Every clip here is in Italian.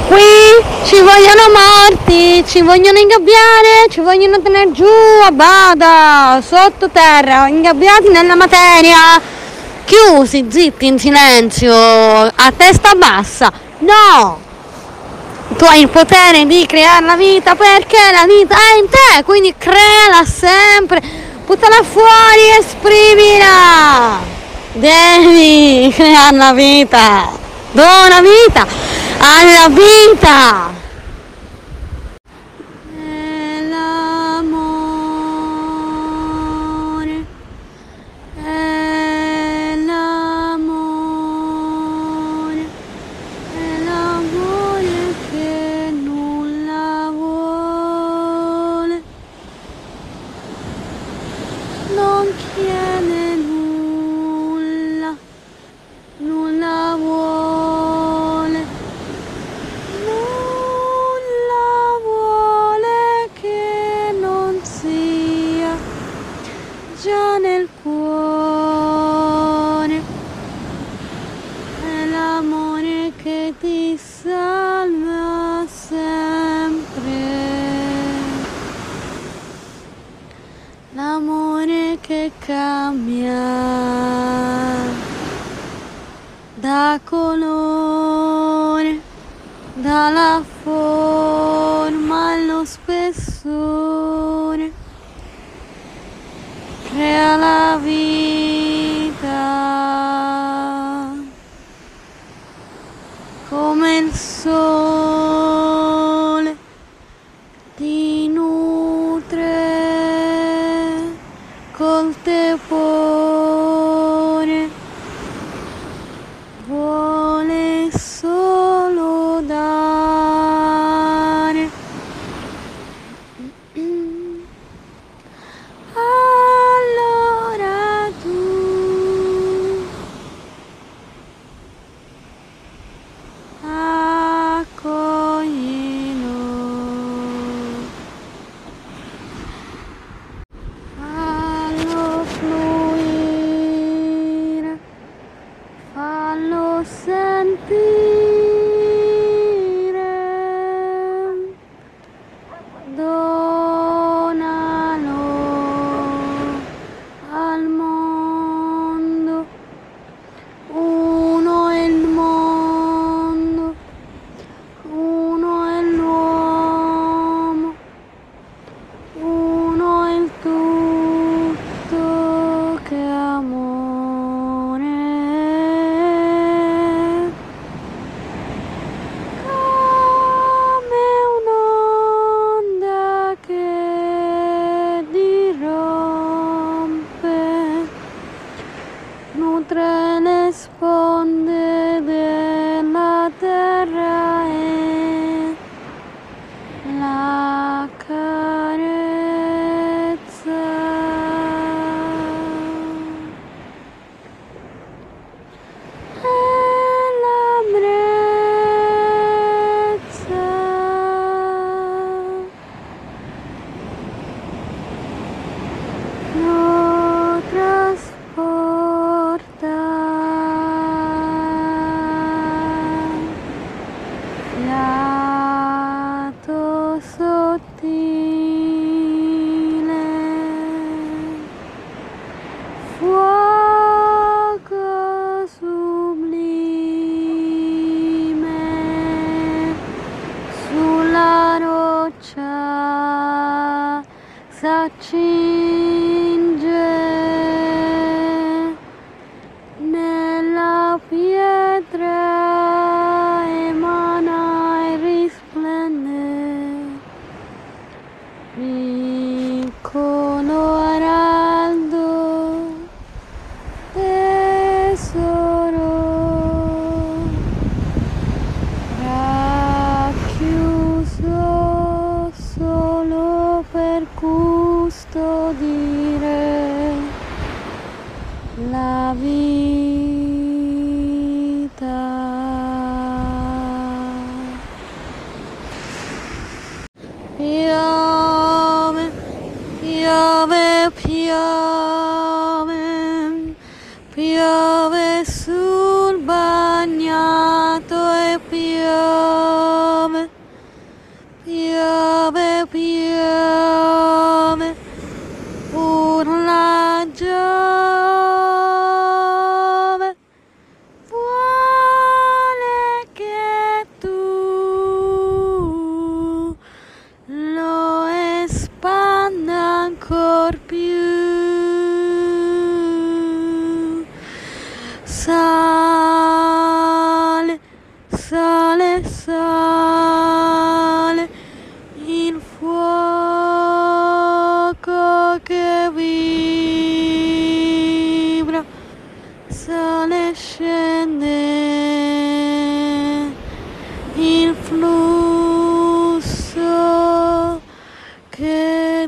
Qui ci vogliono morti, ci vogliono ingabbiare, ci vogliono tenere giù a bada, sottoterra, ingabbiati nella materia, chiusi, zitti, in silenzio, a testa bassa. No! Tu hai il potere di creare la vita perché la vita è in te, quindi creala sempre, buttala fuori, esprimila. Devi creare la vita, dona vita alla vita. È l'amore, è l'amore, è l'amore che nulla vuole, non chiede nulla, nulla vuole, nulla vuole che non sia già nel cuore. È l'amore che ti salva sempre, l'amore che cambia da colore, dalla forma allo spessore, crea la vita come il sole, ti nutre col tepore, vuole solo dare. Allora tu accoglilo, fallo fluire, fallo sentire, donalo al mondo, uno è il mondo, uno è l'uomo, uno è il tutto che è amore. Come un'onda che dirompe, nutre le sponde della terra e la carezza. È l'ebbrezza, lo trasporta, fiato sottile, fuoco sublime, sulla roccia s'accinge, nella pietra emana e risplende, piccolo araldo, tesoro, racchiuso solo per custodire la vita. Piove, piove, piove, piove sul bagnato e piove sale il fuoco che vibra, sale e scende il flusso che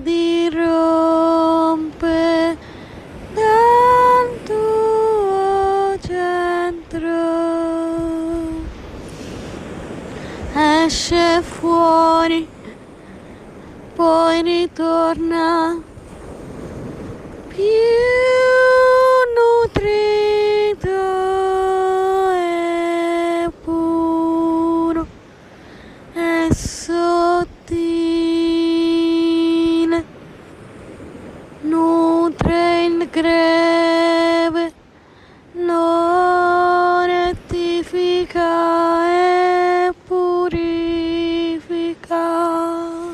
dirompe dal tuo centro, esce fuori, poi ritorna più nutrito e puro e sottile, nutre il greve, lo rettifica e purifica,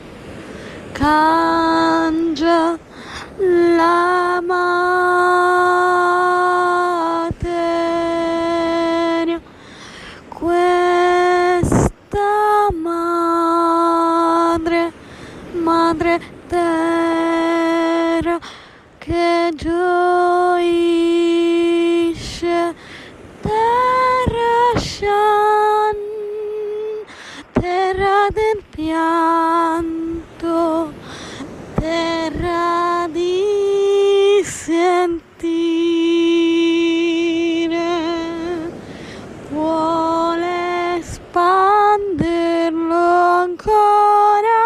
cangia la materia, questa madre terra che gioisce, terra Shan, terra del pianto, terra di sentire, vuole espanderlo ancora,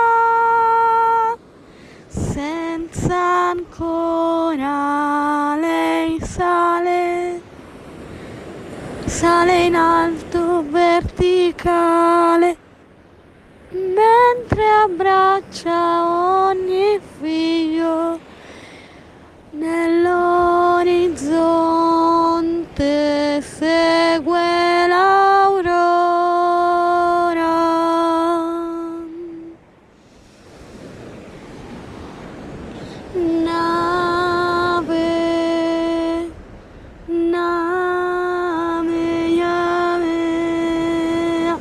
senza ancora lei sale in alto verticale, mentre abbraccia ogni figlio nell'orizzonte, segue l'aurora. Nave, nave, Yahweh,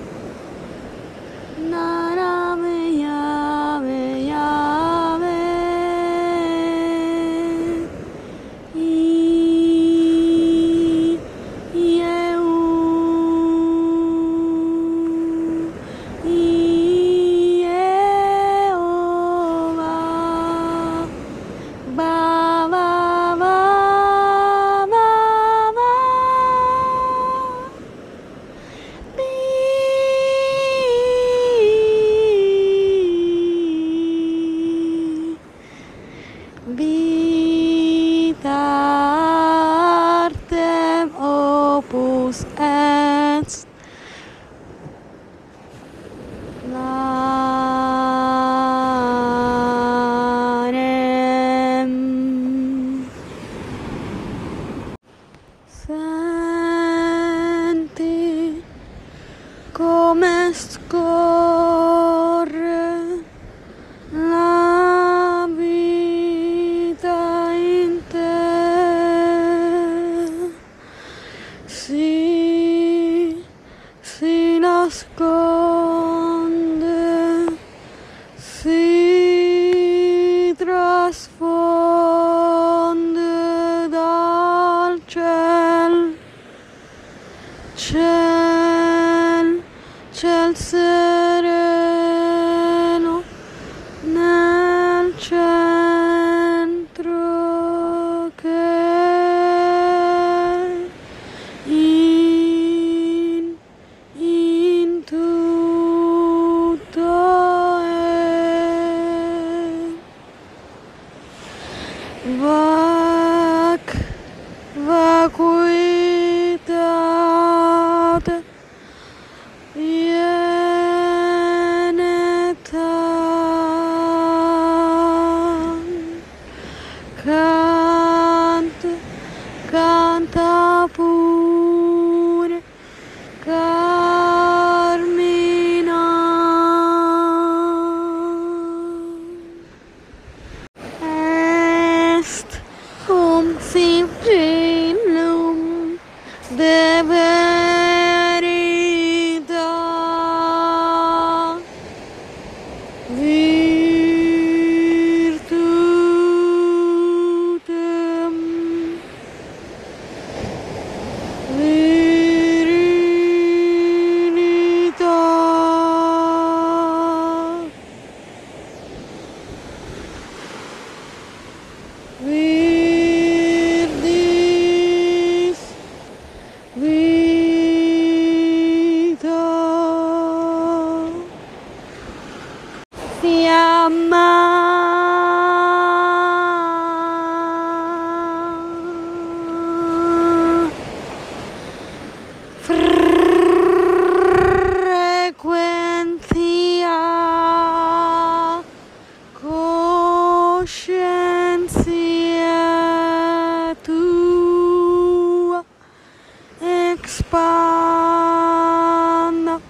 nave, Yahweh, Yahweh, Yehovah, ba ba ba ba ba, vita artem opus est, larem. Senti come scorre la vita in te, si nasconde, si trasfonde dal ciel sereno nel centro che in tutto è vacuitate, yeah. frequenza coscienza tua expanda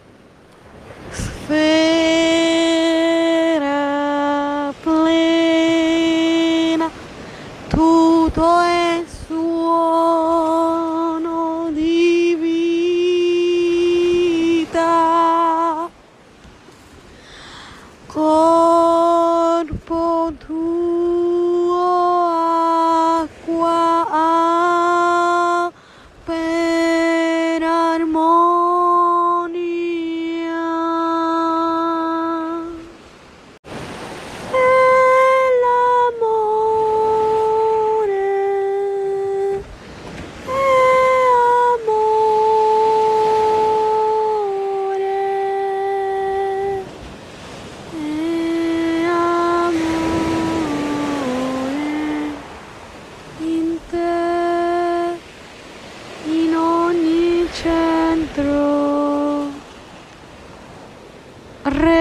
sfera plena tutto è suono di vita corpo tuo acqua per armonia e l'amore e amore in te, in ogni centro.